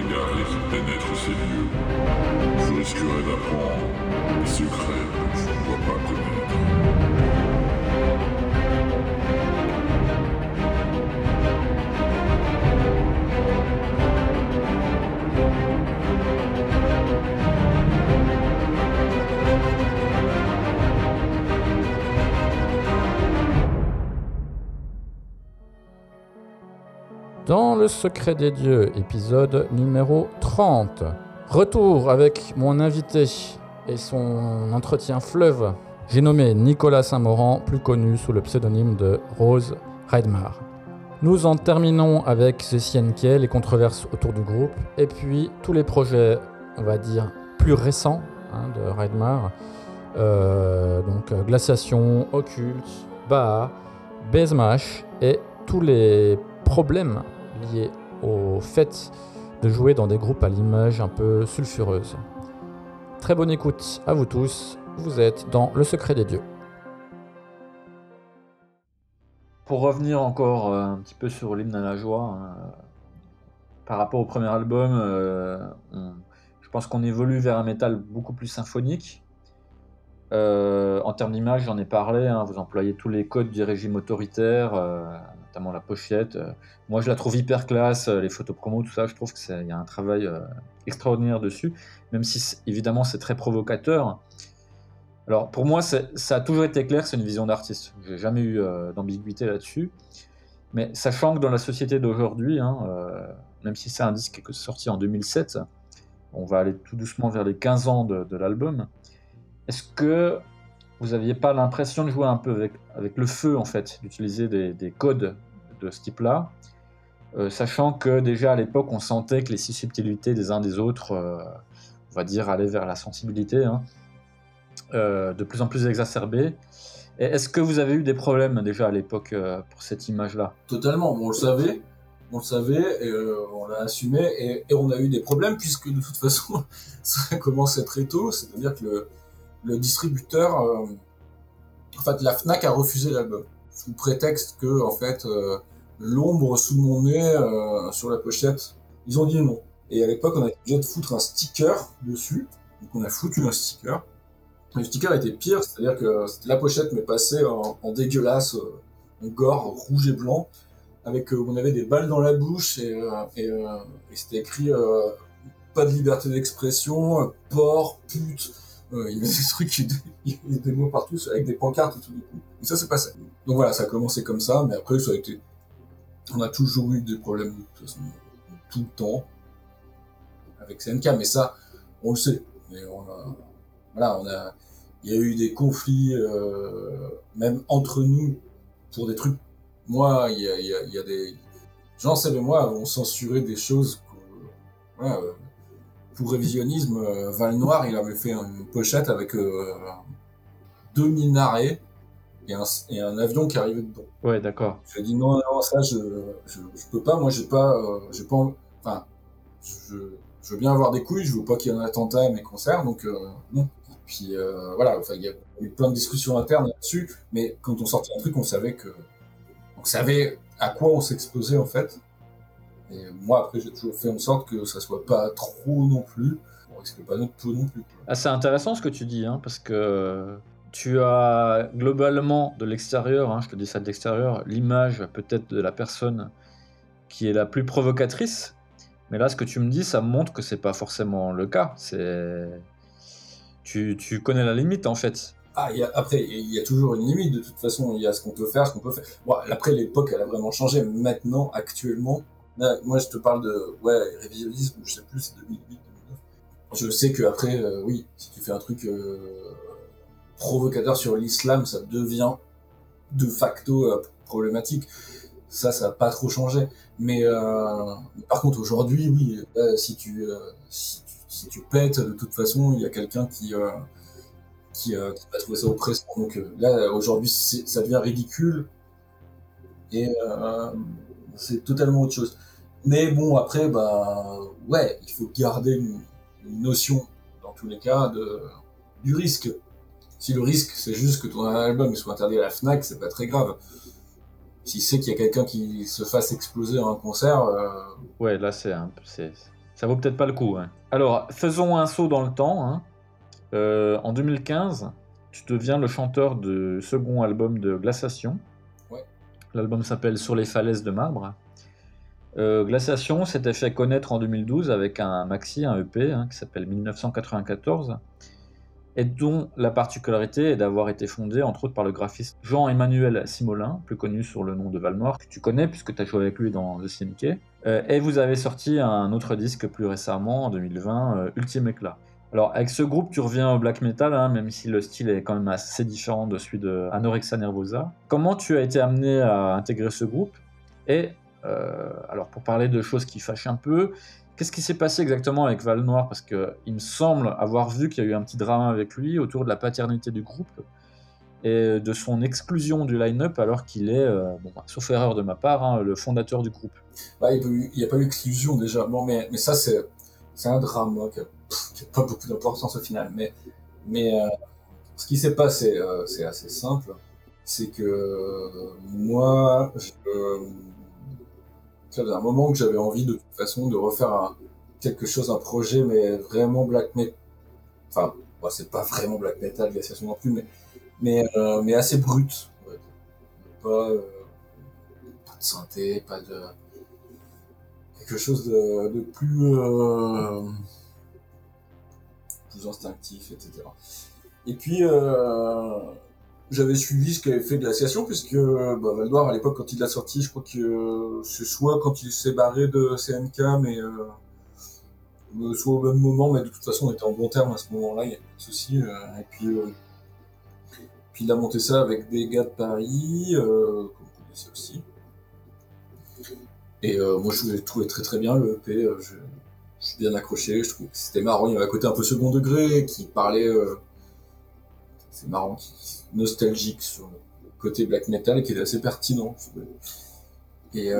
égaré qui pénètre ces lieux, je risquerais d'apprendre des secrets que je ne dois pas connaître. Dans le secret des dieux, épisode numéro 30. Retour avec mon invité et son entretien fleuve. J'ai nommé Nicolas Saint-Maurent, plus connu sous le pseudonyme de Rose Reidmar. Nous en terminons avec CCNK, les controverses autour du groupe, et puis tous les projets, on va dire, plus récents de Reidmar. Donc Glaciation, Occulte, Baha, Bezmash et tous les problèmes liés au fait de jouer dans des groupes à l'image un peu sulfureuse. Très bonne écoute à vous tous, vous êtes dans Le Secret des Dieux. Pour revenir encore un petit peu sur l'hymne à la joie, par rapport au premier album, je pense qu'on évolue vers un métal beaucoup plus symphonique. En termes d'image, j'en ai parlé, vous employez tous les codes du régime autoritaire, notamment la pochette. Moi, je la trouve hyper classe, les photos promo, tout ça, je trouve qu'il y a un travail extraordinaire dessus, même si évidemment c'est très provocateur. Alors pour moi, ça a toujours été clair que c'est une vision d'artiste. J'ai jamais eu d'ambiguïté là-dessus. Mais sachant que dans la société d'aujourd'hui, même si c'est un disque qui est sorti en 2007, on va aller tout doucement vers les 15 ans de l'album. Est-ce que vous n'aviez pas l'impression de jouer un peu avec le feu, en fait, d'utiliser des codes de ce type-là, sachant que déjà à l'époque, on sentait que les susceptibilités des uns des autres, on va dire, allaient vers la sensibilité, de plus en plus exacerbée. Et est-ce que vous avez eu des problèmes déjà à l'époque pour cette image-là ? Totalement, on le savait, et on l'a assumé, et on a eu des problèmes, puisque de toute façon, ça a commencé très tôt, c'est-à-dire que le distributeur, en fait, la Fnac a refusé l'album, sous prétexte que, en fait, l'ombre sous mon nez, sur la pochette, ils ont dit non. Et à l'époque, on a été obligé de foutre un sticker dessus, donc on a foutu un sticker. Le sticker était pire, c'est-à-dire que la pochette m'est passée en dégueulasse, en gore, rouge et blanc, avec on avait des balles dans la bouche, et c'était écrit pas de liberté d'expression, porc, pute. Il y avait des trucs, il y avait des mots partout, avec des pancartes et tout du coup. Et ça, c'est passé. Donc voilà, ça a commencé comme ça, mais après, ça a été... On a toujours eu des problèmes, de toute façon, tout le temps, avec CNK, mais ça, on le sait. Mais il y a eu des conflits, même entre nous, pour des trucs. Moi, il y a des gens, savez moi, ont censuré des choses. Pour révisionnisme, Val Noir, il avait fait une pochette avec 2 minarets et un avion qui arrivait dedans. Ouais, d'accord. J'ai dit non, ça je peux pas. Moi, j'ai pas, enfin, je veux bien avoir des couilles. Je veux pas qu'il y ait un attentat à mes concerts, donc non. Puis voilà, enfin, il y a eu plein de discussions internes là-dessus, mais quand on sortait un truc, on savait à quoi on s'exposait en fait. Et moi, après, j'ai toujours fait en sorte que ça soit pas trop non plus. On risque pas notre peau non plus. Ah, c'est intéressant ce que tu dis, parce que tu as globalement de l'extérieur, je te dis ça de l'extérieur, l'image peut-être de la personne qui est la plus provocatrice. Mais là, ce que tu me dis, ça montre que c'est pas forcément le cas. Tu connais la limite en fait. Après, il y a toujours une limite. De toute façon, il y a ce qu'on peut faire, ce qu'on peut faire. Bon, après, l'époque, elle a vraiment changé. Maintenant, actuellement, là, moi, je te parle de révisionnisme. Je sais plus, c'est 2008, 2009. Je sais que après, oui, si tu fais un truc provocateur sur l'islam, ça devient de facto problématique. Ça a pas trop changé. Mais par contre, aujourd'hui, oui, si tu pètes, de toute façon, il y a quelqu'un qui va trouver ça oppressant. Donc là, aujourd'hui, ça devient ridicule. Et c'est totalement autre chose. Mais bon, après, il faut garder une notion, dans tous les cas, du risque. Si le risque, c'est juste que ton album soit interdit à la Fnac, c'est pas très grave. Si c'est qu'il y a quelqu'un qui se fasse exploser à un concert... Ouais, là, Ça vaut peut-être pas le coup. Hein. Alors, faisons un saut dans le temps. Hein. En 2015, tu deviens le chanteur du second album de Glaciation. Ouais. L'album s'appelle Sur les falaises de marbre. Glaciation s'était fait connaître en 2012 avec un maxi, un EP, hein, qui s'appelle 1994, et dont la particularité est d'avoir été fondé entre autres par le graphiste Jean-Emmanuel Simolin, plus connu sur le nom de Valnoir, que tu connais puisque tu as joué avec lui dans The CNK. Et vous avez sorti un autre disque plus récemment, en 2020, Ultime Éclat. Alors avec ce groupe, tu reviens au black metal, hein, même si le style est quand même assez différent de celui de Anorexia Nervosa. Comment tu as été amené à intégrer ce groupe? Et alors pour parler de choses qui fâchent un peu, qu'est-ce qui s'est passé exactement avec Valnoir? Parce qu'il me semble avoir vu qu'il y a eu un petit drama avec lui autour de la paternité du groupe et de son exclusion du line-up alors qu'il est, sauf erreur de ma part, hein, le fondateur du groupe. Bah, il n'y a pas eu exclusion déjà. Bon, mais ça, c'est un drame qui n'a pas beaucoup d'importance au final. Mais ce qui s'est passé, c'est assez simple. C'est que moi, ça faisait un moment que j'avais envie de toute façon de refaire quelque chose, un projet, mais vraiment black metal. Enfin, bon, c'est pas vraiment black metal, Glaciation non plus, mais assez brut. Ouais. Pas de synthé, pas de quelque chose de plus instinctif, etc. Et puis j'avais suivi ce qu'avait fait Glaciation, puisque Valdoir à l'époque quand il l'a sorti, je crois que c'est soit quand il s'est barré de CNK, mais soit au même moment, mais de toute façon on était en bon terme à ce moment-là, il n'y a pas de souci. Et puis il a monté ça avec des gars de Paris, qu'on connaissait aussi. Et moi je l'ai trouvé très très bien le EP, je suis bien accroché, je trouvais que c'était marrant, il y avait un côté un peu second degré qui parlait, c'est marrant, nostalgique sur le côté black metal qui est assez pertinent. Et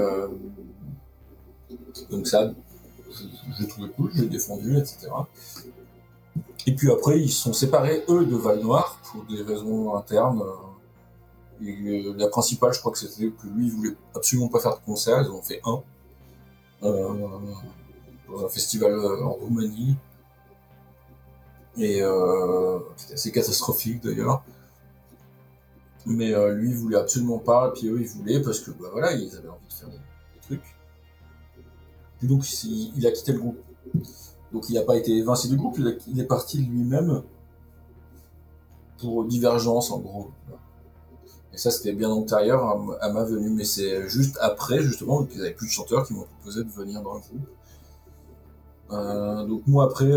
donc ça, je l'ai trouvé cool, je l'ai défendu, etc. Et puis après, ils se sont séparés, eux, de Valnoir, pour des raisons internes. Et la principale, je crois que c'était que lui, il voulait absolument pas faire de concert, ils en ont fait un. Dans un festival en Roumanie. Et c'était assez catastrophique d'ailleurs. Mais lui, il voulait absolument pas, et puis eux, ils voulaient, parce que voilà, ils avaient envie de faire des trucs. Et donc, il a quitté le groupe. Donc, il n'a pas été évincé du groupe, il est parti lui-même pour divergence, en gros. Et ça, c'était bien antérieur à ma venue, mais c'est juste après, justement, qu'ils n'avaient plus de chanteurs qui m'ont proposé de venir dans le groupe. Donc, moi, après,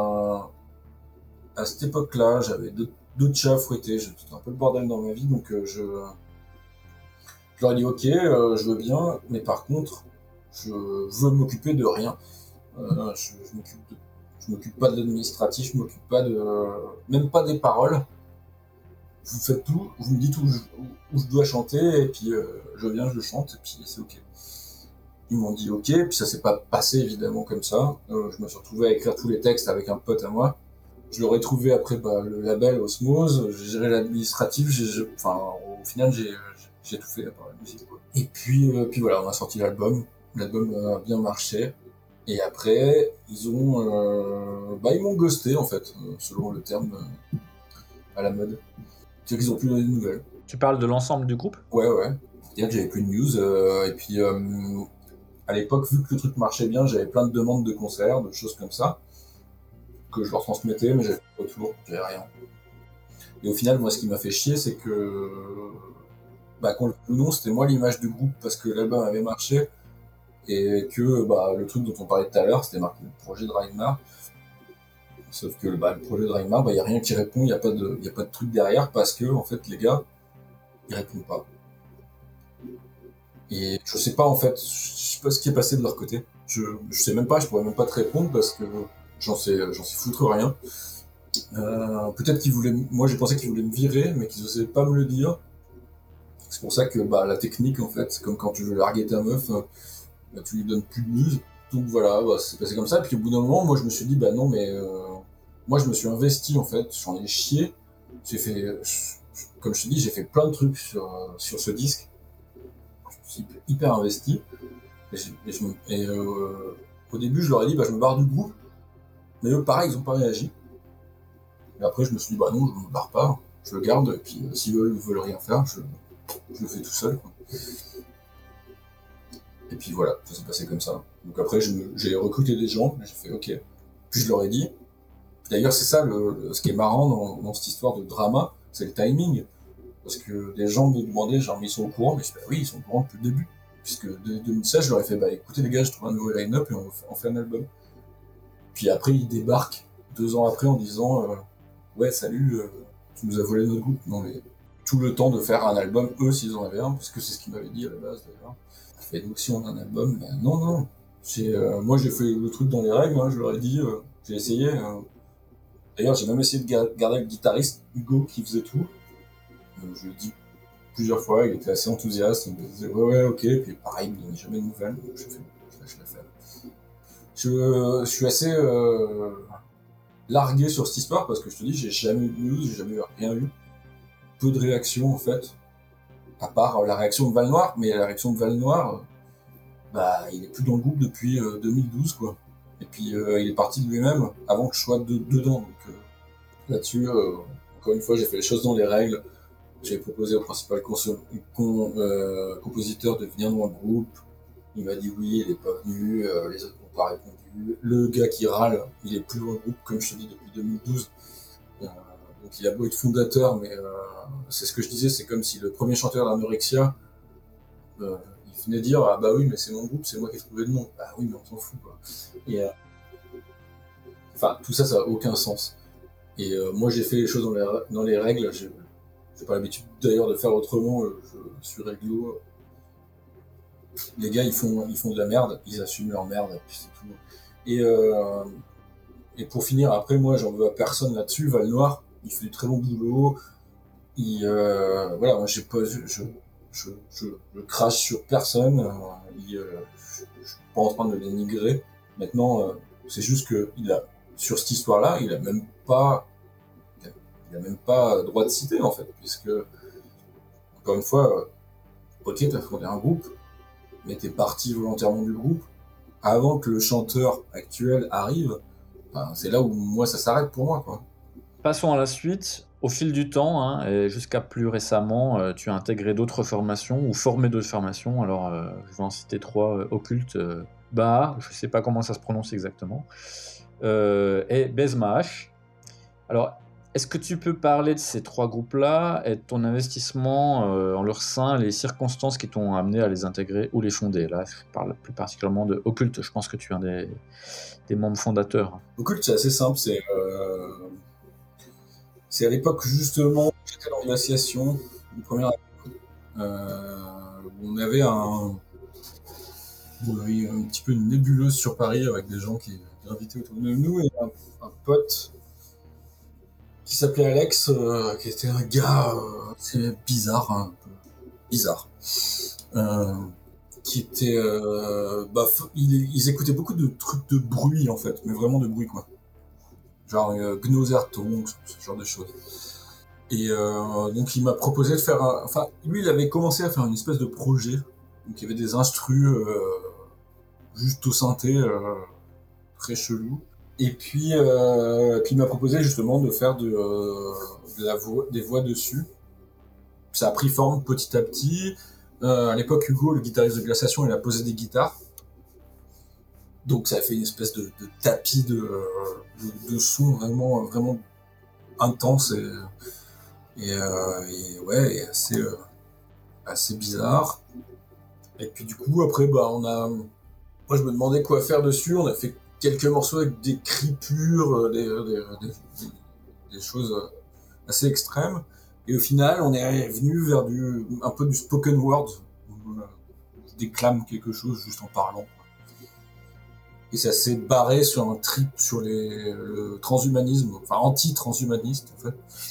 à cette époque-là, j'avais d'autres chats à fouetter, c'était un peu le bordel dans ma vie, donc je leur ai dit ok, je veux bien, mais par contre, je veux m'occuper de rien. Je m'occupe pas de l'administratif, je m'occupe pas même pas des paroles. Vous faites tout, vous me dites où je dois chanter, et puis je viens, je chante, et puis c'est ok. Ils m'ont dit ok, puis ça s'est pas passé évidemment comme ça. Je me suis retrouvé à écrire tous les textes avec un pote à moi. Je leur ai trouvé après le label Osmose, j'ai géré l'administratif, au final j'ai tout fait à part la musique. Quoi. Et puis voilà, on a sorti l'album a bien marché, et après ils m'ont ghosté en fait, selon le terme à la mode. C'est-à-dire qu'ils ont plus donné de nouvelles. Tu parles de l'ensemble du groupe? Ouais. C'est-à-dire que j'avais plus de news, et puis à l'époque, vu que le truc marchait bien, j'avais plein de demandes de concerts, de choses comme ça, que je leur transmettais, mais j'avais pas de retour, j'avais rien. Et au final, moi, ce qui m'a fait chier, c'est que, qu'on le veuille ou non, c'était moi l'image du groupe, parce que l'album avait marché, et que le truc dont on parlait tout à l'heure, c'était marqué le projet de Ragnar. Sauf que le projet de Ragnar, y a rien qui répond, y a pas de truc derrière, parce que, en fait, les gars, ils répondent pas. Et je sais pas, en fait, je sais pas ce qui est passé de leur côté. Je sais même pas, je pourrais même pas te répondre, parce que j'en sais foutre rien. Peut-être qu'ils voulaient, moi j'ai pensé qu'ils voulaient me virer, mais qu'ils osaient pas me le dire. C'est pour ça que la technique, en fait, c'est comme quand tu veux larguer ta meuf, tu lui donnes plus de news. Donc voilà, c'est passé comme ça. Puis au bout d'un moment, moi je me suis dit non, mais moi je me suis investi en fait, j'en ai chié. J'ai fait, comme je te dis, j'ai fait plein de trucs sur ce disque. Je me suis hyper investi. Au début, je leur ai dit, je me barre du groupe. Mais eux, pareil, ils ont pas réagi. Et après, je me suis dit, non, je me barre pas. Je le garde, et puis s'ils veulent rien faire, je le fais tout seul, quoi. Et puis voilà, ça s'est passé comme ça. Donc après, j'ai recruté des gens, j'ai fait OK. Puis je leur ai dit. D'ailleurs, c'est ça, ce qui est marrant dans cette histoire de drama, c'est le timing. Parce que des gens me demandaient, genre, mais ils sont au courant, mais je dis, oui, ils sont au courant depuis le début. Puisque dès 2016, je leur ai fait, écoutez les gars, je trouve un nouveau line-up et on fait un album. Puis après, ils débarquent 2 ans après en disant, ouais, salut, tu nous as volé notre groupe. Non, mais tout le temps de faire un album, eux, s'ils en avaient un, parce que c'est ce qu'ils m'avaient dit à la base, d'ailleurs. Et donc, si on a un album, non. Moi, j'ai fait le truc dans les règles, je leur ai dit, j'ai essayé. D'ailleurs, j'ai même essayé de garder le guitariste, Hugo, qui faisait tout. Je lui ai dit plusieurs fois, il était assez enthousiaste, il me disait ouais, ok, puis pareil, il me donnait jamais de nouvelles, je fais, je lâche l'affaire. Je suis assez largué sur cette histoire parce que je te dis, j'ai jamais eu de news, j'ai jamais rien eu. Peu de réactions en fait, à part la réaction de Valnoir, mais la réaction de Valnoir, il est plus dans le groupe depuis 2012 quoi. Et puis il est parti de lui-même avant que je sois dedans, donc là-dessus, encore une fois, j'ai fait les choses dans les règles. J'ai proposé au principal compositeur de venir dans le groupe. Il m'a dit oui, il n'est pas venu, les autres n'ont pas répondu. Le gars qui râle, il est plus dans le groupe, comme je te dis, depuis 2012. Donc il a beau être fondateur, mais c'est ce que je disais, c'est comme si le premier chanteur d'Anorexia, il venait dire ah oui, mais c'est mon groupe, c'est moi qui ai trouvé le nom. Bah oui, mais on s'en fout quoi. Et tout ça, ça n'a aucun sens. Et moi, j'ai fait les choses dans les règles. J'ai pas l'habitude d'ailleurs de faire autrement, je suis réglo. Les gars ils font de la merde, ils assument leur merde, et puis c'est tout. Et pour finir, après moi j'en veux à personne là-dessus, Valnoir, il fait du très bon boulot. Moi j'ai pas, je crache sur personne, je suis pas en train de le dénigrer. Maintenant, c'est juste que sur cette histoire-là, il a même pas droit de citer en fait, puisque encore une fois, ok, t'as fondé un groupe, mais t'es parti volontairement du groupe avant que le chanteur actuel arrive. C'est là où moi ça s'arrête pour moi quoi. Passons à la suite. Au fil du temps, et jusqu'à plus récemment, tu as intégré d'autres formations ou formé d'autres formations. Alors, je vais en citer 3, Occulte, Baha, je ne sais pas comment ça se prononce exactement, et Bezmaash. Alors, est-ce que tu peux parler de ces 3 groupes-là et de ton investissement en leur sein, les circonstances qui t'ont amené à les intégrer ou les fonder? Là, je parle plus particulièrement de Occulte, je pense que tu es un des membres fondateurs. Occulte, c'est assez simple, c'est à l'époque justement j'étais dans une association, une première où on avait un petit peu une nébuleuse sur Paris avec des gens qui gravitaient autour de nous et un pote qui s'appelait Alex, qui était un gars c'est bizarre, un peu bizarre, qui était ils écoutaient beaucoup de trucs de bruit en fait, mais vraiment de bruit quoi, genre Gnoserton, ce genre de choses. Et donc il m'a proposé de faire lui il avait commencé à faire une espèce de projet, donc il y avait des instrus juste au synthé, très chelou. Et puis il m'a proposé justement de faire des voix dessus. Ça a pris forme petit à petit. À l'époque, Hugo, le guitariste de Glaciation, il a posé des guitares. Donc ça a fait une espèce de tapis de son vraiment, vraiment intense et assez bizarre. Et puis du coup, après, moi je me demandais quoi faire dessus. On a fait quelques morceaux avec des cris purs, des choses assez extrêmes. Et au final, on est venu vers un peu du spoken word. Je déclame quelque chose juste en parlant. Et ça s'est barré sur un trip sur le transhumanisme, enfin anti-transhumaniste en fait.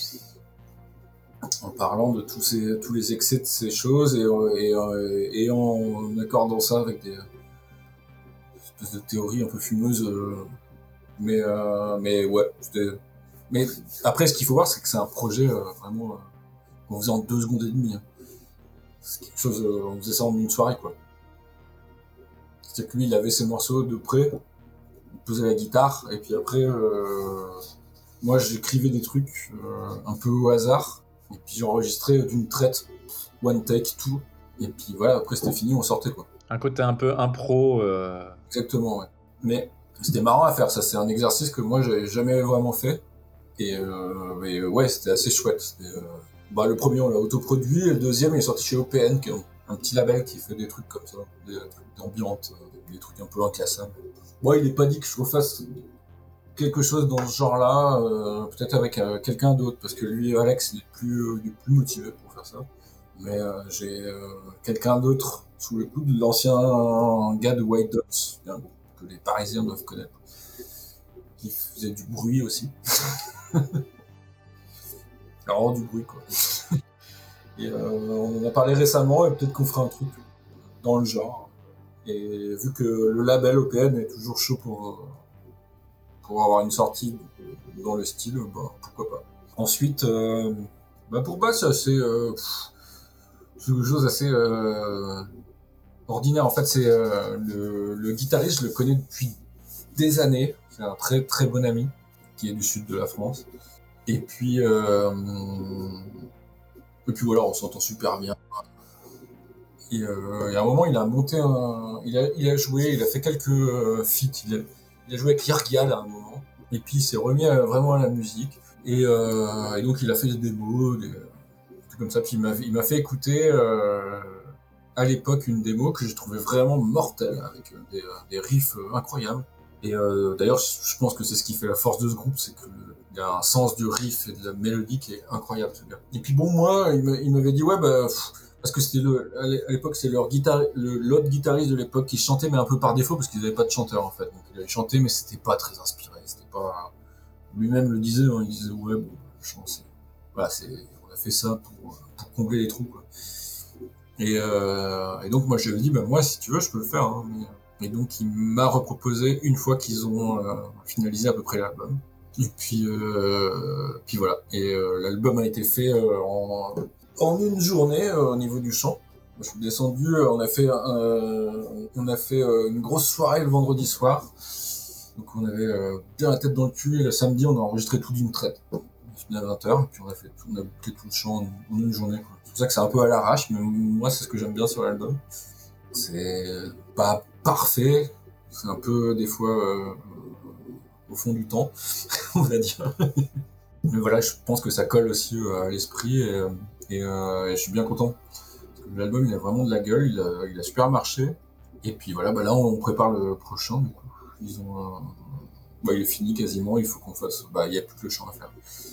En parlant de tous les excès de ces choses et en accordant ça avec des espèces de théories un peu fumeuses. Mais ouais, mais après, ce qu'il faut voir, c'est que c'est un projet vraiment qu'on faisait en 2 secondes et demie. C'est quelque chose, on faisait ça en une soirée, quoi. C'est-à-dire que lui, il avait ses morceaux de près, il posait la guitare, et puis après, moi, j'écrivais des trucs un peu au hasard, et puis j'enregistrais d'une traite, one take, tout, et puis voilà, après c'était fini, on sortait, quoi. Un côté un peu impro. Exactement, ouais. Mais c'était marrant à faire, ça, c'est un exercice que moi, j'avais jamais vraiment fait, et ouais, c'était assez chouette. Le premier, on l'a autoproduit, et le deuxième, il est sorti chez OPN, qui est un petit label qui fait des trucs comme ça, des trucs d'ambiance, des trucs un peu inclassables. Moi, il est pas dit que je refasse quelque chose dans ce genre-là, peut-être avec quelqu'un d'autre, parce que lui, Alex, il est plus motivé pour faire ça. Mais j'ai quelqu'un d'autre sous le coude, l'ancien gars de White Dots, un groupe que les Parisiens doivent connaître, qui faisait du bruit aussi. Alors, du bruit, quoi. Et on en a parlé récemment, et peut-être qu'on fera un truc dans le genre. Et vu que le label OPN est toujours chaud pour avoir une sortie dans le style, pourquoi pas. Ensuite, pour Bass, c'est quelque chose d'assez ordinaire. En fait, c'est le guitariste, je le connais depuis des années. C'est un très très bon ami qui est du sud de la France. Et puis voilà, on s'entend super bien. Et à un moment, il a monté il a joué, il a fait quelques feats. Il a joué avec Lirgial à un moment. Et puis il s'est remis vraiment à la musique. Et donc il a fait des démos, des trucs comme ça. Puis il m'a fait écouter à l'époque une démo que j'ai trouvée vraiment mortelle, avec des riffs incroyables. Et d'ailleurs, je pense que c'est ce qui fait la force de ce groupe, c'est qu'il a un sens du riff et de la mélodie qui est incroyable, ce gars. Et puis bon, moi, il m'avait dit, ouais, parce que c'était à l'époque, c'est l'autre guitariste de l'époque qui chantait, mais un peu par défaut, parce qu'ils n'avaient pas de chanteur, en fait. Donc il avait chanté, mais c'était pas très inspiré, c'était pas... Lui-même le disait, hein, il disait, ouais, bon, je pense, voilà, on a fait ça pour combler les trous, quoi. Et donc moi je lui ai dit, moi si tu veux je peux le faire, hein, et donc il m'a reproposé une fois qu'ils ont finalisé à peu près l'album. Et puis voilà. Et l'album a été fait en une journée au niveau du chant. Je suis descendu, on a fait une grosse soirée le vendredi soir. Donc on avait bien la tête dans le cul, et le samedi on a enregistré tout d'une traite. On a fini à 20h, et puis on a bouclé tout le chant en une journée, quoi. C'est pour ça que c'est un peu à l'arrache, mais moi c'est ce que j'aime bien sur l'album. C'est pas parfait, c'est un peu des fois au fond du temps, on va dire. Mais voilà, je pense que ça colle aussi à l'esprit, et je suis bien content. Parce que l'album il a vraiment de la gueule, il a super marché. Et puis voilà, là on prépare le prochain du coup. Ils ont il est fini quasiment, il faut qu'on fasse, il y a plus que le chant à faire.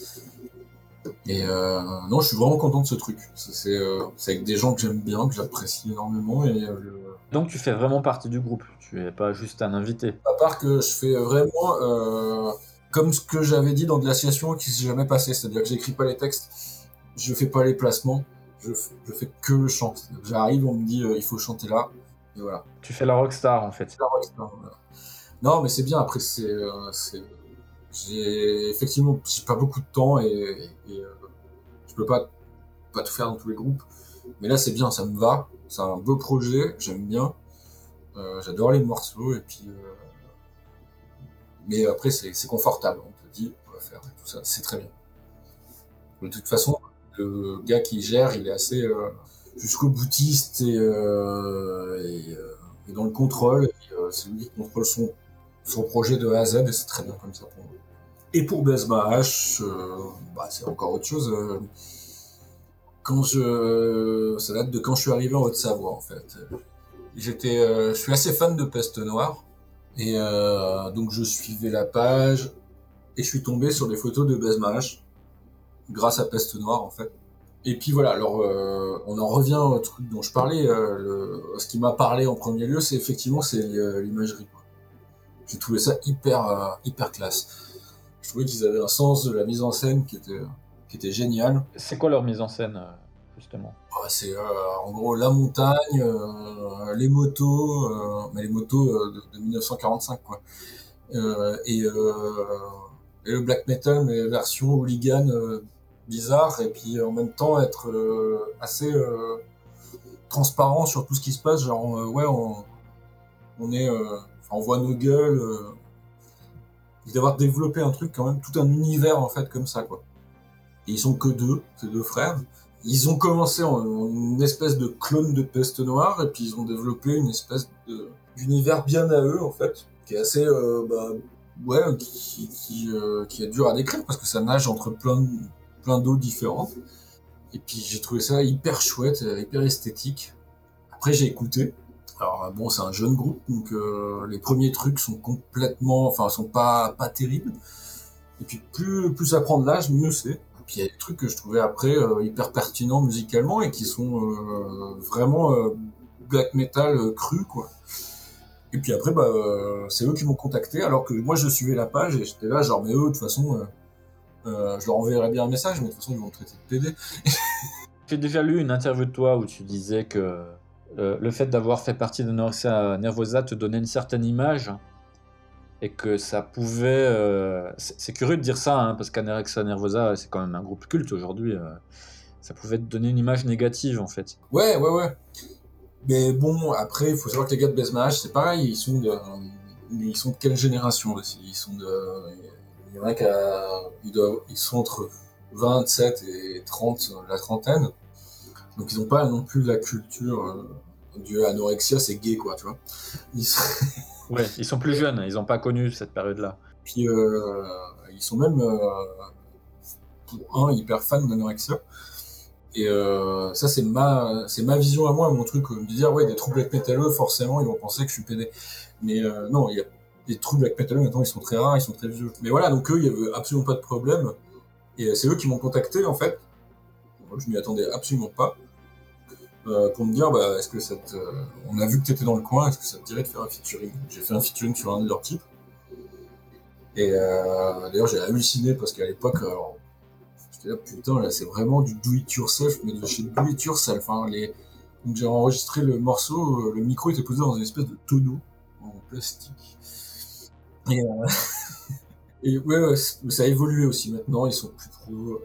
Et non, je suis vraiment content de ce truc. C'est avec des gens que j'aime bien, que j'apprécie énormément. Et Donc tu fais vraiment partie du groupe, tu es pas juste un invité. à part que je fais vraiment comme ce que j'avais dit dans Glaciation qui s'est jamais passé, c'est-à-dire que j'écris pas les textes, je fais pas les placements, je fais que le chant. J'arrive, on me dit il faut chanter là, et voilà. Tu fais la rockstar en fait. C'est la rockstar, voilà. Non, mais c'est bien. Après, j'ai pas beaucoup de temps, et je peux pas tout faire dans tous les groupes. Mais là, c'est bien, ça me va. C'est un beau projet, j'aime bien. J'adore les morceaux, et puis. Mais après, c'est confortable. On te dit, on va faire tout ça, c'est très bien. De toute façon, le gars qui gère, il est assez jusqu'au boutiste et dans le contrôle. C'est lui qui contrôle son projet de A à Z, et c'est très bien comme ça pour moi. Et pour BSBH, c'est encore autre chose. Ça date de quand je suis arrivé en Haute-Savoie, en fait. Je suis assez fan de Peste Noire, et donc je suivais la page, et je suis tombé sur des photos de BSBH, grâce à Peste Noire, en fait. Et puis voilà, alors on en revient au truc dont je parlais. Ce qui m'a parlé en premier lieu, c'est l'imagerie, quoi. J'ai trouvé ça hyper classe. Je trouvais qu'ils avaient un sens de la mise en scène qui était génial. C'est quoi leur mise en scène justement? C'est en gros la montagne, les motos, mais les motos de 1945, quoi. Et le black metal, mais version hooligan bizarre, et puis en même temps être assez transparent sur tout ce qui se passe. Genre on on voit nos gueules, d'avoir développé un truc quand même, tout un univers en fait comme ça, quoi. Et ils sont que deux, ces deux frères. Ils ont commencé en une espèce de clone de Peste Noire, et puis ils ont développé une espèce d'univers bien à eux, en fait, qui est assez, qui est dur à décrire, parce que ça nage entre plein d'eaux différentes. Et puis j'ai trouvé ça hyper chouette, hyper esthétique. Après j'ai écouté. Alors bon, c'est un jeune groupe, donc les premiers trucs sont sont pas terribles. Et puis plus ça prend de l'âge, mieux c'est. Et puis il y a des trucs que je trouvais après hyper pertinents musicalement et qui sont vraiment black metal cru, quoi. Et puis après, c'est eux qui m'ont contacté, alors que moi je suivais la page et j'étais là, genre, mais eux, de toute façon, je leur enverrai bien un message, mais de toute façon, ils vont me traiter de PD. J'ai déjà lu une interview de toi où tu disais que le fait d'avoir fait partie d'Anorexia Nervosa te donnait une certaine image et que ça pouvait... c'est curieux de dire ça, hein, parce qu'Anorexia Nervosa, c'est quand même un groupe culte aujourd'hui. Ça pouvait te donner une image négative, en fait. Ouais. Mais bon, après, il faut savoir que les gars de Besmage, c'est pareil, ils sont de quelle génération aussi? Il y en a ils sont entre 27 et 30, la trentaine. Donc ils n'ont pas non plus la culture du anorexia, c'est gay, quoi, tu vois. Ouais, ils sont plus jeunes, ils n'ont pas connu cette période-là. Puis ils sont même, pour un, hyper fans d'anorexia. Et ça, c'est ma vision à moi, mon truc, de dire, ouais, des trous black métalleux, forcément, ils vont penser que je suis pédé. Mais non, il y a des trous black métalleux, maintenant, ils sont très rares, ils sont très vieux. Mais voilà, donc eux, il y avait absolument pas de problème. Et c'est eux qui m'ont contacté, en fait. Moi, je m'y attendais absolument pas. Pour me dire, est-ce que on a vu que t'étais dans le coin, est-ce que ça te dirait de faire un featuring? J'ai fait un featuring sur un de leurs types. Et d'ailleurs, j'ai halluciné parce qu'à l'époque, j'étais là, putain, là, c'est vraiment du do-it-yourself, mais de chez do-it-yourself. Hein, donc j'ai enregistré le morceau, le micro était posé dans une espèce de tonneau en plastique. Et, et ouais, ça a évolué aussi maintenant, ils sont plus pros.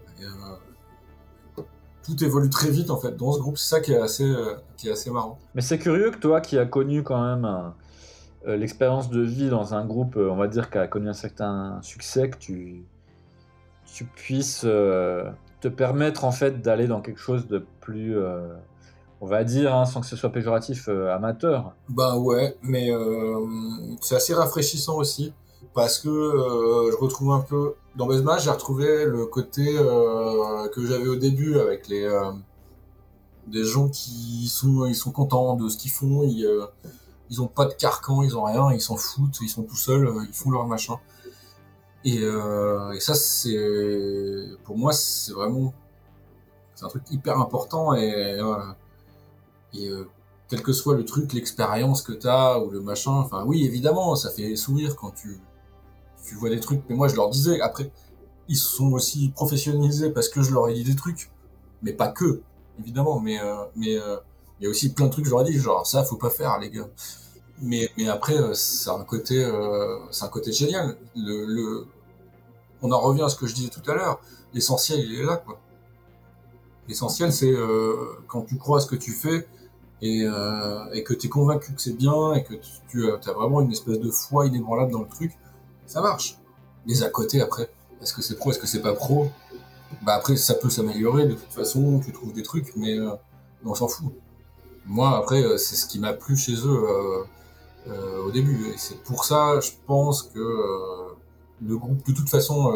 Tout évolue très vite en fait dans ce groupe, c'est ça qui est assez marrant. Mais c'est curieux que toi, qui as connu quand même l'expérience de vie dans un groupe, on va dire, qui a connu un certain succès, que tu puisses te permettre en fait d'aller dans quelque chose de plus, on va dire, hein, sans que ce soit péjoratif, amateur. Bah ouais, mais c'est assez rafraîchissant aussi, parce que je retrouve un peu... Dans Besma, j'ai retrouvé le côté que j'avais au début avec des gens ils sont contents de ce qu'ils font, ils ont pas de carcan, ils ont rien, ils s'en foutent, ils sont tout seuls, ils font leur machin. Et ça, pour moi, c'est un truc hyper important et quel que soit le truc, l'expérience que t'as ou le machin, enfin oui, évidemment, ça fait sourire quand tu vois des trucs. Mais moi, je leur disais, après, ils sont aussi professionnalisés parce que je leur ai dit des trucs, mais pas que, évidemment. Mais il y a aussi plein de trucs que je leur ai dit, genre ça, faut pas faire, les gars. Mais après, c'est un côté génial. On en revient à ce que je disais tout à l'heure. L'essentiel, il est là, quoi. L'essentiel, c'est quand tu crois à ce que tu fais et que tu es convaincu que c'est bien et que tu as vraiment une espèce de foi inébranlable dans le truc, ça marche. Les à côté, après, est-ce que c'est pro, est-ce que c'est pas pro? Bah après, ça peut s'améliorer, de toute façon, tu trouves des trucs, mais on s'en fout. Moi, après, c'est ce qui m'a plu chez eux au début. Et c'est pour ça, je pense que le groupe, de toute façon,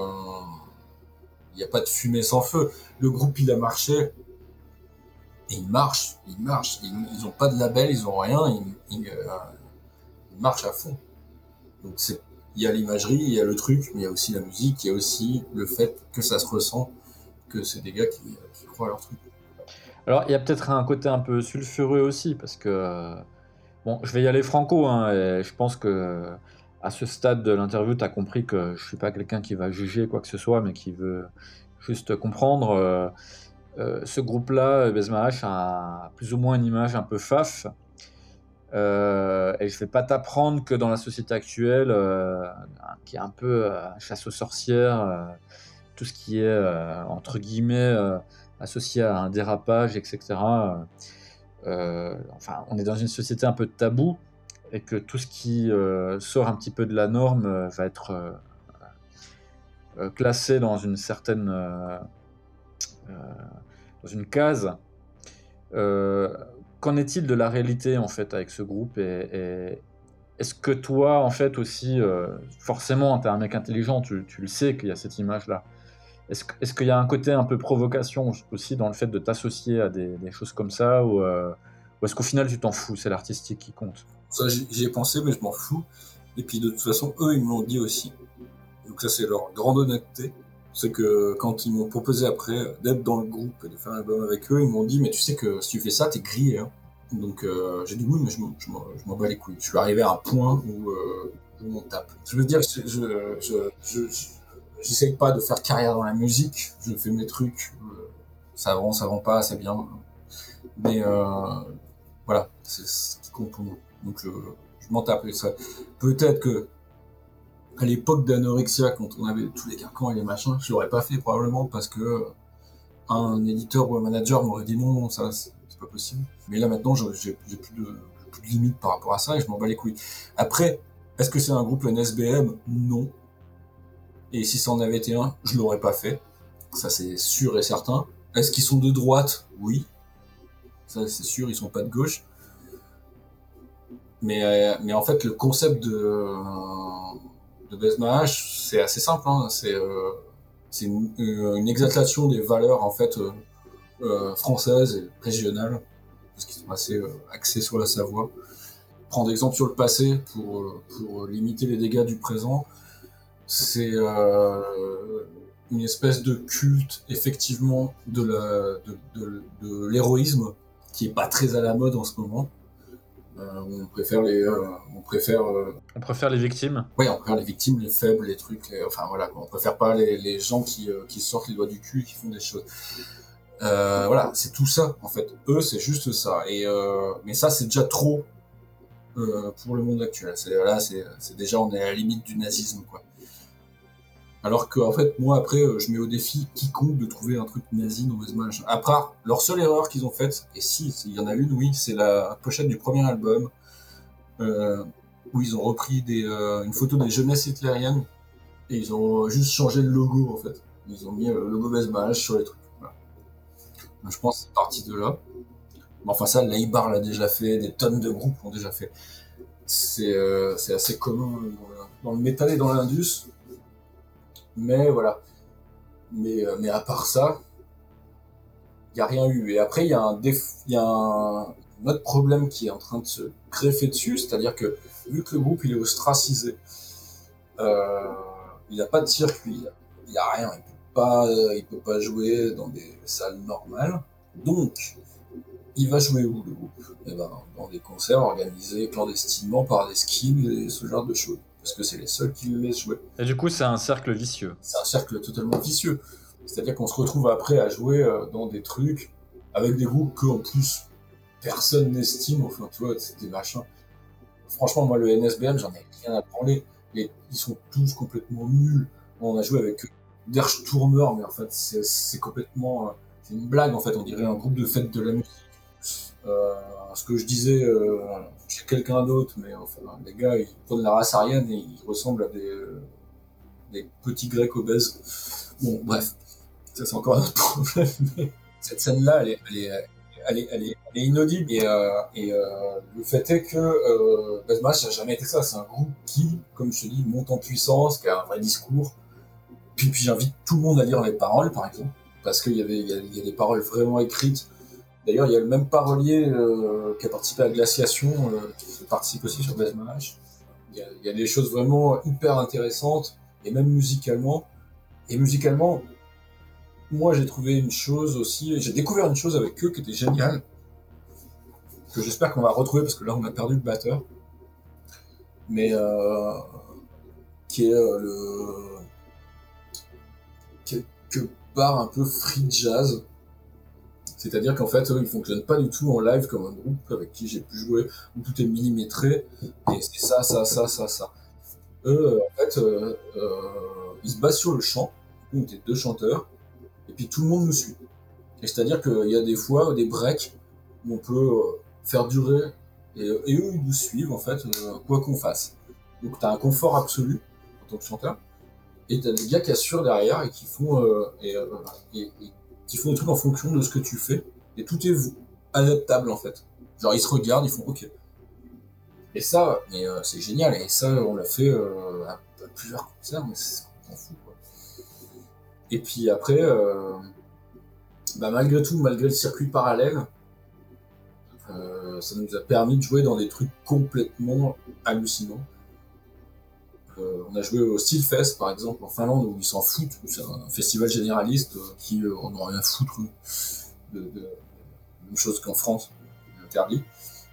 il n'y a pas de fumée sans feu. Le groupe, il a marché. Et il marche. Ils ont pas de label, ils ont rien. Ils marchent à fond. Donc il y a l'imagerie, il y a le truc, mais il y a aussi la musique, il y a aussi le fait que ça se ressent, que c'est des gars qui croient à leur truc. Alors, il y a peut-être un côté un peu sulfureux aussi, parce que, bon, je vais y aller franco, hein, et je pense que à ce stade de l'interview, tu as compris que je suis pas quelqu'un qui va juger quoi que ce soit, mais qui veut juste comprendre. Ce groupe-là, Besmarash, a plus ou moins une image un peu faf. Et je vais pas t'apprendre que dans la société actuelle, qui est un peu chasse aux sorcières, tout ce qui est entre guillemets associé à un dérapage, etc. Enfin, on est dans une société un peu de tabou. et que tout ce qui sort un petit peu de la norme va être classé dans une certaine dans une case. Qu'en est-il de la réalité en fait avec ce groupe et est-ce que toi en fait aussi forcément t'es un mec intelligent, tu le sais qu'il y a cette image là. Est-ce qu'il y a un côté un peu provocation aussi dans le fait de t'associer à des choses comme ça ou est-ce qu'au final tu t'en fous, c'est l'artistique qui compte? Ça, j'y ai pensé, mais je m'en fous. Et puis de toute façon, eux, ils me l'ont dit aussi. Donc ça, c'est leur grande honnêteté. C'est que quand ils m'ont proposé après d'être dans le groupe et de faire un album avec eux, ils m'ont dit, mais tu sais que si tu fais ça, t'es grillé. Hein. Donc j'ai dit oui, mais je m'en bats les couilles. Je suis arrivé à un point où je m'en tape. Je veux dire, j'essaye pas de faire carrière dans la musique. Je fais mes trucs. Ça avance pas, c'est bien. Mais voilà, c'est ce qui compte pour moi. Donc je m'en tape. Et ça, peut-être que à l'époque d'Anorexia, quand on avait tous les carcans et les machins, je l'aurais pas fait probablement parce que un éditeur ou un manager m'aurait dit non, ça c'est pas possible. Mais là maintenant, j'ai plus de limites par rapport à ça et je m'en bats les couilles. Après, est-ce que c'est un groupe NSBM? Non. Et si ça en avait été un, je l'aurais pas fait. Ça c'est sûr et certain. Est-ce qu'ils sont de droite? Oui. Ça c'est sûr, ils sont pas de gauche. Mais en fait, le concept de Besmaach, c'est assez simple. Hein. C'est une exaltation des valeurs en fait françaises et régionales, parce qu'ils sont assez axés sur la Savoie. Prendre exemple sur le passé pour limiter les dégâts du présent, c'est une espèce de culte effectivement de l'héroïsme qui est pas très à la mode en ce moment. On préfère les victimes. Oui, on préfère les victimes, les faibles, les trucs, enfin voilà, on préfère pas les gens qui sortent les doigts du cul et qui font des choses. Voilà, c'est tout ça en fait. Eux, c'est juste ça. Mais ça, c'est déjà trop pour le monde actuel. C'est déjà, on est à la limite du nazisme, quoi. Alors que en fait, moi après, je mets au défi quiconque de trouver un truc nazi dans Besmaach. Après, leur seule erreur qu'ils ont faite, et si, il y en a une, oui, c'est la pochette du premier album. Où ils ont repris une photo des jeunesses hitlériennes et ils ont juste changé le logo en fait. Ils ont mis le logo Besmaach sur les trucs. Voilà. Donc, je pense que c'est parti de là. Mais enfin ça, Leibar l'a déjà fait, des tonnes de groupes l'ont déjà fait. C'est assez commun dans le métal et dans l'indus. Mais voilà. Mais à part ça, il n'y a rien eu. Et après, il y a un autre problème qui est en train de se greffer dessus, c'est-à-dire que vu que le groupe il est ostracisé, il n'a pas de circuit, il n'y a rien, il peut pas jouer dans des salles normales, donc il va jouer où le groupe? Eh ben, dans des concerts organisés clandestinement par des skins et ce genre de choses, parce que c'est les seuls qui le laissent jouer. Et du coup, c'est un cercle vicieux. C'est un cercle totalement vicieux. C'est-à-dire qu'on se retrouve après à jouer dans des trucs avec des groupes que en plus personne n'estime, enfin tu vois, c'est des machins. Franchement, moi le NSBM, j'en ai rien à branler. Ils sont tous complètement nuls. On a joué avec Der Sturmer, mais en fait c'est complètement... c'est une blague en fait, on dirait un groupe de fête de la musique. Ce que je disais chez quelqu'un d'autre, mais enfin les gars ils prennent la race aryenne et ils ressemblent à des petits grecs obèses. Bon bref, ça c'est encore un autre problème. Mais cette scène-là, elle est inaudible et le fait est que Besmaach ça n'a jamais été ça. C'est un groupe qui, comme je te dis, monte en puissance, qui a un vrai discours. Puis j'invite tout le monde à lire les paroles, par exemple, parce qu'il y a des paroles vraiment écrites. D'ailleurs, il y a le même parolier qui a participé à Glaciation, qui participe aussi sur Besmaach. Il y a des choses vraiment hyper intéressantes, et même musicalement. Et musicalement, moi j'ai trouvé une chose aussi, j'ai découvert une chose avec eux qui était géniale, que j'espère qu'on va retrouver parce que là on a perdu le batteur, mais qui est quelque part un peu free jazz. C'est-à-dire qu'en fait, eux, ils fonctionnent pas du tout en live comme un groupe avec qui j'ai pu jouer, où tout est millimétré, et c'est ça. Eux, en fait, ils se basent sur le chant, on était 2 chanteurs, et puis tout le monde nous suit. Et c'est-à-dire qu'il y a des fois des breaks où on peut faire durer Et eux, ils nous suivent, en fait, quoi qu'on fasse. Donc, t'as un confort absolu en tant que chanteur. Et t'as des gars qui assurent derrière et qui font, et qui font des trucs en fonction de ce que tu fais. Et tout est adaptable, en fait. Genre, ils se regardent, ils font OK. Et ça, c'est génial. Et ça, on l'a fait à plusieurs concerts, mais on s'en fout, quoi. Et puis après, malgré tout, malgré le circuit parallèle, ça nous a permis de jouer dans des trucs complètement hallucinants. On a joué au Steelfest, par exemple, en Finlande, où ils s'en foutent. C'est un festival généraliste qui en a rien à foutre de même chose qu'en France, interdit.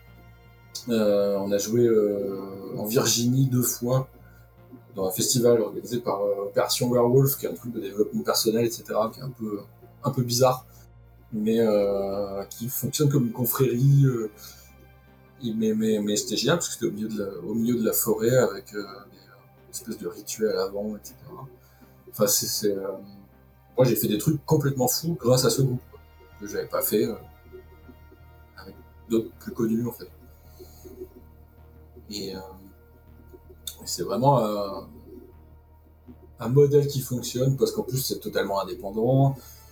On a joué en Virginie 2 fois, dans un festival organisé par Opération Werewolf, qui est un truc de développement personnel, etc., qui est un peu bizarre, mais qui fonctionne comme une confrérie. Mais c'était génial, parce que c'était au milieu de la forêt, avec une espèce de rituel avant, etc. Enfin, moi, j'ai fait des trucs complètement fous grâce à ce groupe, quoi, que j'avais pas fait avec d'autres plus connus, en fait. Et c'est vraiment un modèle qui fonctionne, parce qu'en plus, c'est totalement indépendant.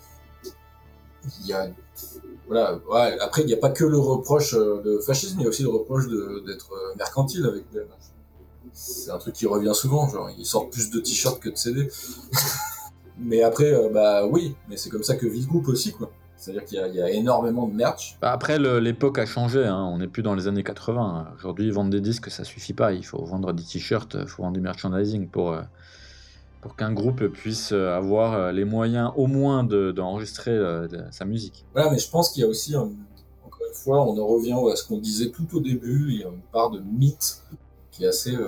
Il y a... Voilà, ouais, après, il n'y a pas que le reproche de fascisme, il y a aussi le reproche d'être mercantile avec BMH. C'est un truc qui revient souvent, genre, ils sortent plus de t-shirts que de CD. Mais après, oui, mais c'est comme ça que vit le groupe aussi, quoi. C'est-à-dire qu'il y a énormément de merch. Après, l'époque a changé, hein. On n'est plus dans les années 80. Aujourd'hui, vendre des disques, ça suffit pas. Il faut vendre des t-shirts, il faut vendre du merchandising pour qu'un groupe puisse avoir les moyens au moins d'enregistrer sa musique. Voilà, mais je pense qu'il y a aussi, encore une fois, on en revient à ce qu'on disait tout au début, il y a une part de mythe qui est assez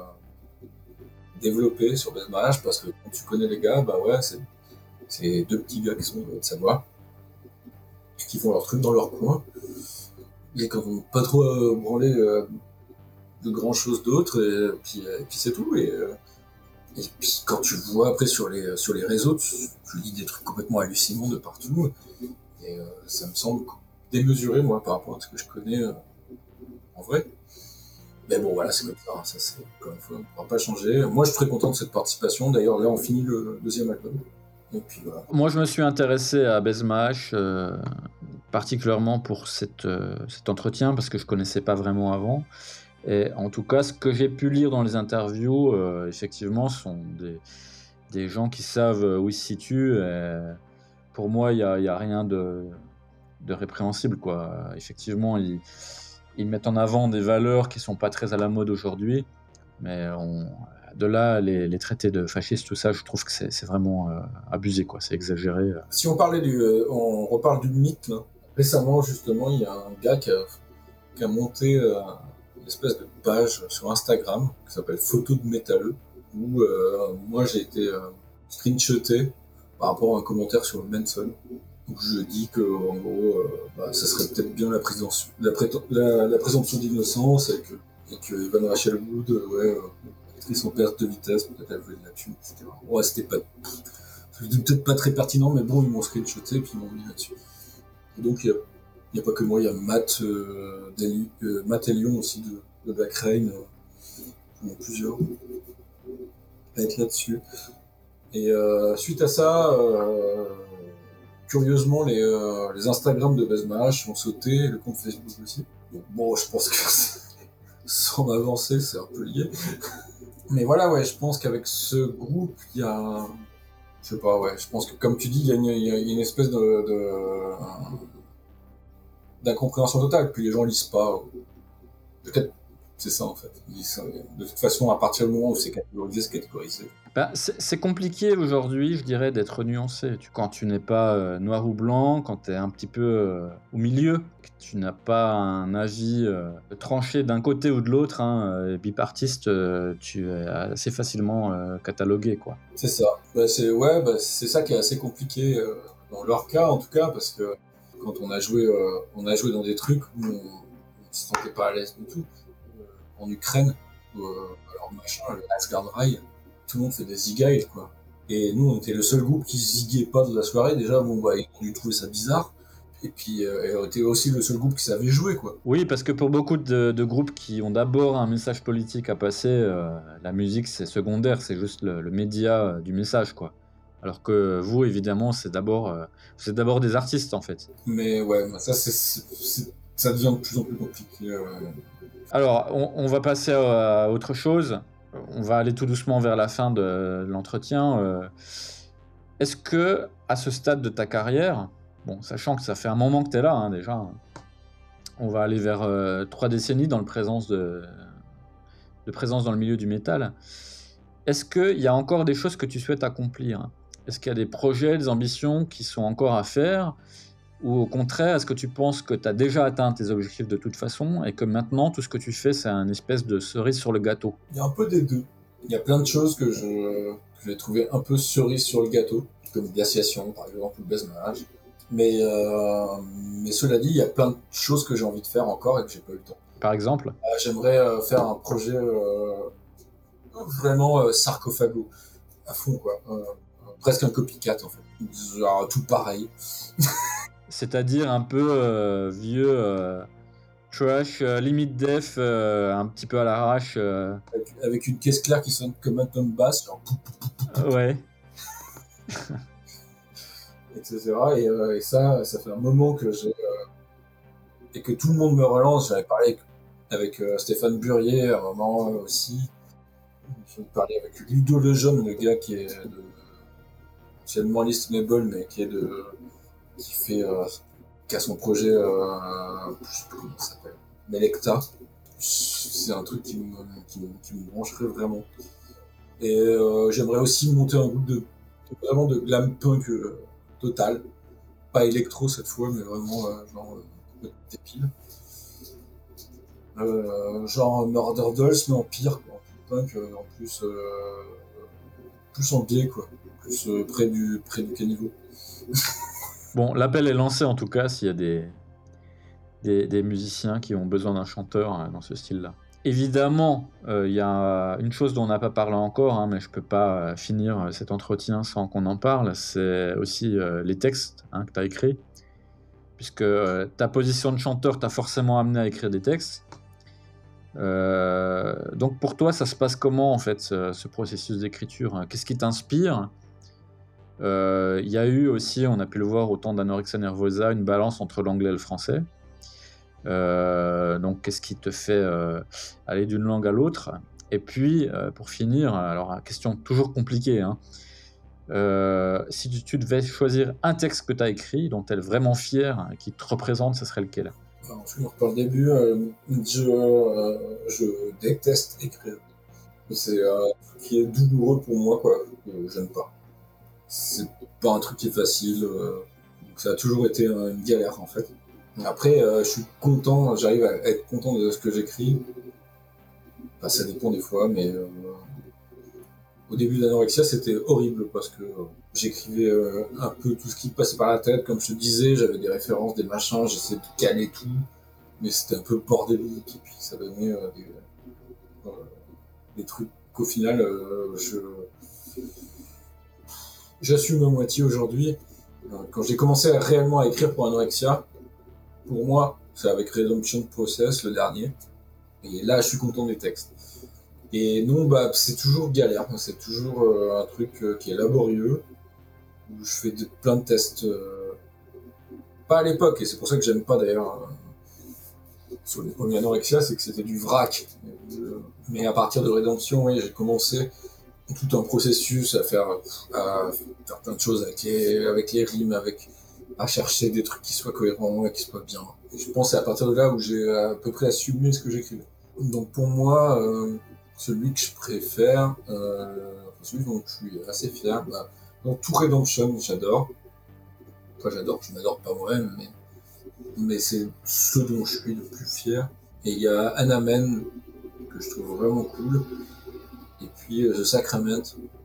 développée sur BMH, parce que quand tu connais les gars, c'est 2 petits gars qui sont de Savoie, qui font leur truc dans leur coin, et qui n'ont pas trop branlé de grand chose d'autre, et puis c'est tout. Et puis quand tu vois après sur les réseaux, tu lis des trucs complètement hallucinants de partout, et ça me semble démesuré, moi, par rapport à ce que je connais en vrai. Mais bon, voilà, c'est comme ça, hein. Ça, c'est, encore une fois, on ne pourra pas changer. Moi, je suis très content de cette participation. D'ailleurs, là, on finit le 2e album. Et puis voilà. Moi, je me suis intéressé à Besmash, particulièrement pour cet entretien, parce que je ne connaissais pas vraiment avant. Et en tout cas, ce que j'ai pu lire dans les interviews, effectivement, sont des gens qui savent où ils se situent. Et pour moi, il n'y a rien de répréhensible, quoi. Effectivement, ils mettent en avant des valeurs qui ne sont pas très à la mode aujourd'hui, mais de là, les traités de fascistes, tout ça, je trouve que c'est vraiment abusé, quoi. C'est exagéré. Si on on reparle du mythe, là. Récemment, justement, il y a un gars qui a monté une espèce de page sur Instagram qui s'appelle Photo de métalleux, où moi j'ai été screenshoté par rapport à un commentaire sur le Manson, où je dis que en gros ça serait peut-être bien la présomption d'innocence, et que Evan Rachel Wood, actrice en perte de vitesse, peut-être elle voulait de la thune, etc. Ouais, c'était peut-être pas très pertinent, mais bon, ils m'ont screenshoté et puis ils m'ont mis là-dessus. Et donc il n'y a pas que moi, il y a Matt Elion aussi de Black Rain, il y en a plusieurs à être là-dessus. Et suite à ça, curieusement, les Instagram de Besmash ont sauté, le compte Facebook aussi. Donc bon, je pense que sans m'avancer, c'est un peu lié. Mais voilà, ouais, je pense qu'avec ce groupe, il y a... Je sais pas, ouais, je pense que comme tu dis, il y a une espèce d'incompréhension totale, puis les gens lisent pas. Peut-être c'est ça en fait. De toute façon, à partir du moment où c'est catégorisé, c'est catégorisé. C'est compliqué aujourd'hui, je dirais, d'être nuancé. Quand tu n'es pas noir ou blanc, quand tu es un petit peu au milieu, que tu n'as pas un avis tranché d'un côté ou de l'autre, bipartiste, tu es assez facilement catalogué, quoi. C'est ça. C'est ça qui est assez compliqué dans leur cas en tout cas, parce que quand on a joué dans des trucs où on ne se sentait pas à l'aise du tout. En Ukraine, alors machin, le Asgard Rail, tout le monde fait des zigailles, quoi. Et nous, on était le seul groupe qui ziguait pas de la soirée. Déjà, ils ont dû trouver ça bizarre. Et puis, était aussi le seul groupe qui savait jouer, quoi. Oui, parce que pour beaucoup de groupes qui ont d'abord un message politique à passer, la musique c'est secondaire, c'est juste le média du message, quoi. Alors que vous, évidemment, c'est d'abord des artistes, en fait. Mais ouais, ça, ça devient de plus en plus compliqué. Alors, on va passer à autre chose. On va aller tout doucement vers la fin de l'entretien. Est-ce que, à ce stade de ta carrière, bon, sachant que ça fait un moment que tu es là, hein, déjà, on va aller vers 3 décennies de présence dans le milieu du métal, est-ce qu'il y a encore des choses que tu souhaites accomplir? Est-ce qu'il y a des projets, des ambitions qui sont encore à faire? Ou au contraire, est-ce que tu penses que tu as déjà atteint tes objectifs de toute façon et que maintenant, tout ce que tu fais, c'est une espèce de cerise sur le gâteau? Il y a un peu des deux. Il y a plein de choses que j'ai trouvé un peu cerise sur le gâteau, comme Glaciation, par exemple, ou Blasemage. Mais cela dit, il y a plein de choses que j'ai envie de faire encore et que j'ai pas eu le temps. Par exemple? J'aimerais faire un projet vraiment sarcophago, à fond, quoi. Presque un copycat, en fait. Genre, tout pareil. C'est-à-dire un peu vieux trash, limite def, un petit peu à l'arrache. Avec une caisse claire qui sonne comme un tome basse, genre, Ouais. etc. Et ça fait un moment que j'ai... et que tout le monde me relance. J'avais parlé avec Stéphane Burier à un moment aussi. J'ai parlé avec Ludo Lejeune, le gars qui est anciennement Listenable, mais qui a son projet, je sais plus comment ça s'appelle, Melecta. C'est un truc qui me brancherait vraiment. Et j'aimerais aussi monter un groupe vraiment de glam punk total. Pas électro cette fois, mais vraiment genre débile. Genre Murder Dolls, mais en pire, quoi. Punk, en plus en gay, quoi. Plus près du caniveau. Bon, l'appel est lancé en tout cas s'il y a des musiciens qui ont besoin d'un chanteur dans ce style-là. Évidemment, il y a une chose dont on n'a pas parlé encore, hein, mais je peux pas finir cet entretien sans qu'on en parle, c'est aussi les textes que tu as écrits. Puisque ta position de chanteur t'a forcément amené à écrire des textes. Donc pour toi, ça se passe comment en fait, ce processus d'écriture? Qu'est-ce qui t'inspire? Il y a eu aussi, on a pu le voir au temps d'Anorexia Nervosa, une balance entre l'anglais et le français. Donc qu'est-ce qui te fait aller d'une langue à l'autre? Et puis, pour finir, alors question toujours compliquée, hein, si tu devais choisir un texte que tu as écrit, dont tu es vraiment fier, qui te représente, ce serait lequel? Alors, je me reprends le début, je déteste écrire. C'est un truc qui est douloureux pour moi, quoi. J'aime pas. C'est pas un truc qui est facile. Donc ça a toujours été une galère, en fait. Après, je suis content, j'arrive à être content de ce que j'écris. Enfin, ça dépend des fois, mais au début d'Anorexia, c'était horrible parce que j'écrivais un peu tout ce qui passait par la tête. Comme je te disais, j'avais des références, des machins, j'essayais de caler tout, mais c'était un peu bordélique et puis ça donnait des trucs qu'au final, j'assume à moitié aujourd'hui. Quand j'ai commencé réellement à écrire pour Anorexia, pour moi, c'est avec Redemption Process, le dernier. Et là, je suis content des textes. Et non, bah, c'est toujours galère. C'est toujours un truc qui est laborieux, où je fais plein de tests. Pas à l'époque, et c'est pour ça que j'aime pas d'ailleurs sur les premiers Anorexia, c'est que c'était du vrac. Mais à partir de Redemption, oui, j'ai commencé tout un processus à faire plein de choses avec les rimes, à chercher des trucs qui soient cohérents et qui soient bien. Et je pense que c'est à partir de là où j'ai à peu près assumé ce que j'écrivais. Donc pour moi, celui que je préfère, celui dont je suis assez fier, dans tout Redemption, j'adore. Enfin, je m'adore pas moi-même, mais c'est ce dont je suis le plus fier. Et il y a Anamen, que je trouve vraiment cool, et puis The Sacrament,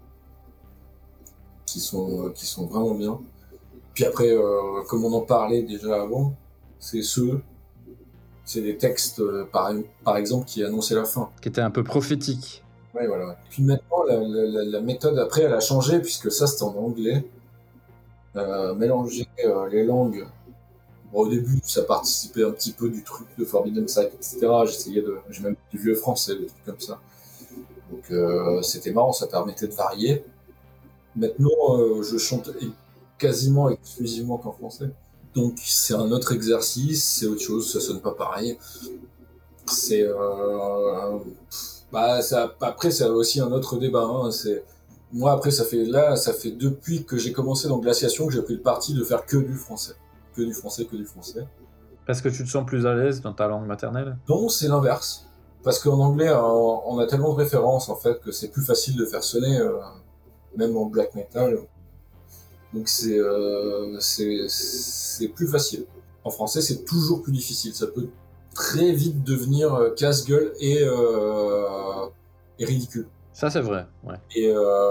qui sont vraiment bien. Puis après, comme on en parlait déjà avant, c'est des textes, par exemple, qui annonçaient la fin. Qui était un peu prophétique. Ouais, voilà. Ouais. Puis maintenant, la méthode, après, elle a changé, puisque ça, c'était en anglais. Mélanger les langues, Bon, au début, ça participait un petit peu du truc de Forbidden Sight, etc. J'ai même du vieux français, des trucs comme ça. Donc c'était marrant, ça permettait de varier. Maintenant, je chante quasiment exclusivement qu'en français. Donc c'est un autre exercice, c'est autre chose, ça sonne pas pareil. C'est après c'est aussi un autre débat. Hein. Moi après ça fait depuis que j'ai commencé dans Glaciation que j'ai pris le parti de faire que du français, que du français. Parce que tu te sens plus à l'aise dans ta langue maternelle? Non, c'est l'inverse. Parce qu'en anglais, on a tellement de références en fait que c'est plus facile de faire sonner, même en black metal. Donc c'est plus facile. En français, c'est toujours plus difficile. Ça peut très vite devenir casse-gueule et ridicule. Ça, c'est vrai, ouais. Et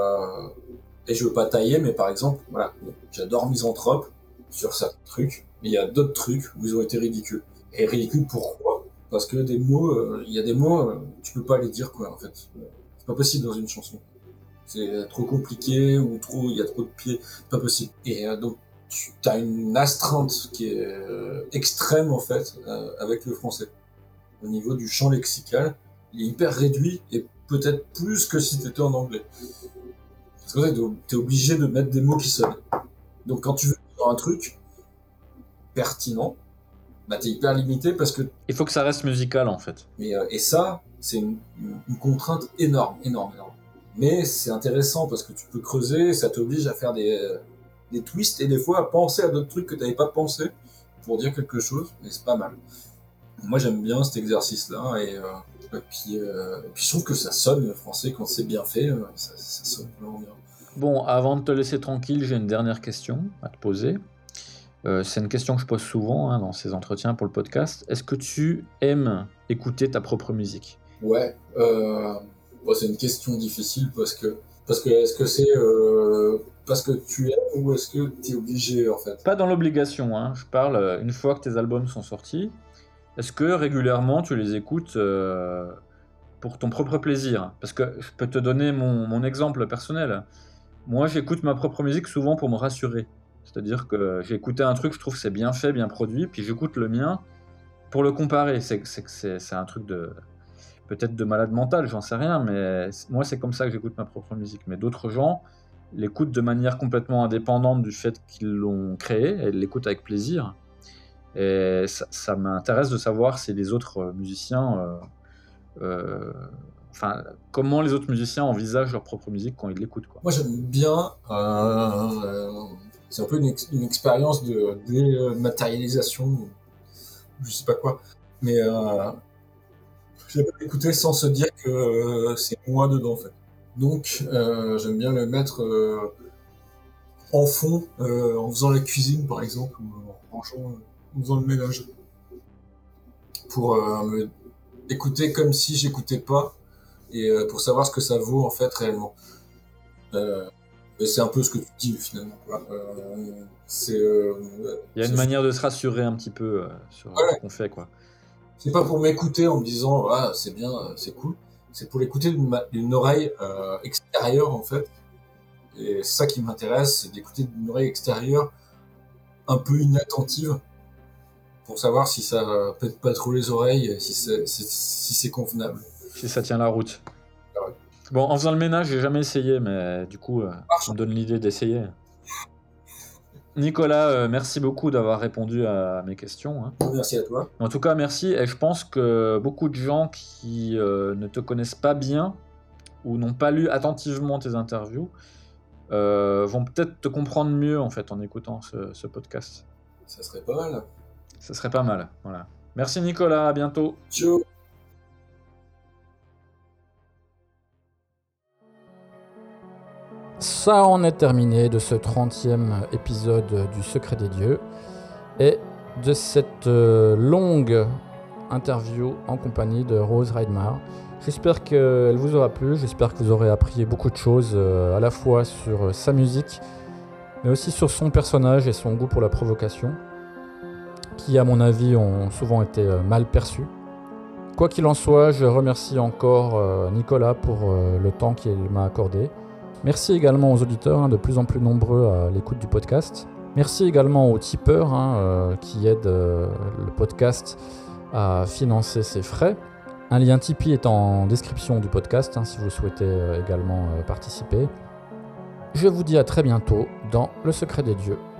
je veux pas tailler, mais par exemple, voilà, j'adore Misanthrope sur certains trucs, mais il y a d'autres trucs où ils ont été ridicules. Et ridicules pourquoi? Parce que il y a des mots, tu peux pas les dire, quoi, en fait. C'est pas possible dans une chanson. C'est trop compliqué ou il y a trop de pieds, c'est pas possible. Et donc, tu as une astreinte qui est extrême, en fait, avec le français. Au niveau du champ lexical, il est hyper réduit et peut-être plus que si t'étais en anglais. C'est pour ça que t'es obligé de mettre des mots qui sonnent. Donc quand tu veux faire un truc pertinent, bah t'es hyper limité parce que... Il faut que ça reste musical en fait. Et ça, c'est une contrainte énorme. Mais c'est intéressant parce que tu peux creuser, ça t'oblige à faire des twists et des fois à penser à d'autres trucs que t'avais pas pensé pour dire quelque chose, et c'est pas mal. Moi j'aime bien cet exercice-là et puis je trouve que ça sonne le français quand c'est bien fait, ça sonne vraiment bien. Bon, avant de te laisser tranquille, j'ai une dernière question à te poser. C'est une question que je pose souvent dans ces entretiens pour le podcast. Est-ce que tu aimes écouter ta propre musique? Ouais, c'est une question difficile parce que est-ce que c'est parce que tu aimes ou est-ce que tu es obligé en fait? Pas dans l'obligation, je parle une fois que tes albums sont sortis. Est-ce que régulièrement tu les écoutes pour ton propre plaisir? Parce que je peux te donner mon exemple personnel. Moi, j'écoute ma propre musique souvent pour me rassurer. C'est-à-dire que j'ai écouté un truc, je trouve que c'est bien fait, bien produit, puis j'écoute le mien pour le comparer. C'est un truc peut-être de malade mental, j'en sais rien, mais moi, c'est comme ça que j'écoute ma propre musique. Mais d'autres gens l'écoutent de manière complètement indépendante du fait qu'ils l'ont créée, et l'écoutent avec plaisir. Et ça m'intéresse de savoir si les autres musiciens... comment les autres musiciens envisagent leur propre musique quand ils l'écoutent, quoi. Moi, j'aime bien... c'est un peu une expérience de dématérialisation, je sais pas quoi, mais j'aime bien l'écouter sans se dire que c'est moi dedans, en fait. Donc, j'aime bien le mettre en fond, en faisant la cuisine, par exemple, ou en rangeant, en faisant le ménage, pour me écouter comme si j'écoutais pas, et pour savoir ce que ça vaut, en fait, réellement. Et c'est un peu ce que tu dis, finalement. Il y a une manière de se rassurer un petit peu sur ce qu'on fait, quoi. C'est pas pour m'écouter en me disant ah c'est bien, c'est cool. C'est pour l'écouter d'une oreille extérieure en fait. Et c'est ça qui m'intéresse, c'est d'écouter d'une oreille extérieure un peu inattentive pour savoir si ça pète pas trop les oreilles, si c'est convenable. Si ça tient la route. Ah ouais. Bon, en faisant le ménage, j'ai jamais essayé, mais du coup, ça me donne l'idée d'essayer. Nicolas, merci beaucoup d'avoir répondu à mes questions. Merci à toi. En tout cas, merci. Et je pense que beaucoup de gens qui ne te connaissent pas bien ou n'ont pas lu attentivement tes interviews vont peut-être te comprendre mieux en fait en écoutant ce podcast. Ça serait pas mal. Ça serait pas mal, voilà. Merci Nicolas, à bientôt. Ciao. Ça en est terminé de ce 30e épisode du Secret des Dieux et de cette longue interview en compagnie de Rose Reidmar. J'espère qu'elle vous aura plu, j'espère que vous aurez appris beaucoup de choses à la fois sur sa musique mais aussi sur son personnage et son goût pour la provocation qui à mon avis ont souvent été mal perçus. Quoi qu'il en soit, je remercie encore Nicolas pour le temps qu'il m'a accordé. Merci également aux auditeurs, de plus en plus nombreux à l'écoute du podcast. Merci également aux tipeurs qui aident le podcast à financer ses frais. Un lien Tipeee est en description du podcast si vous souhaitez également participer. Je vous dis à très bientôt dans Le Secret des Dieux.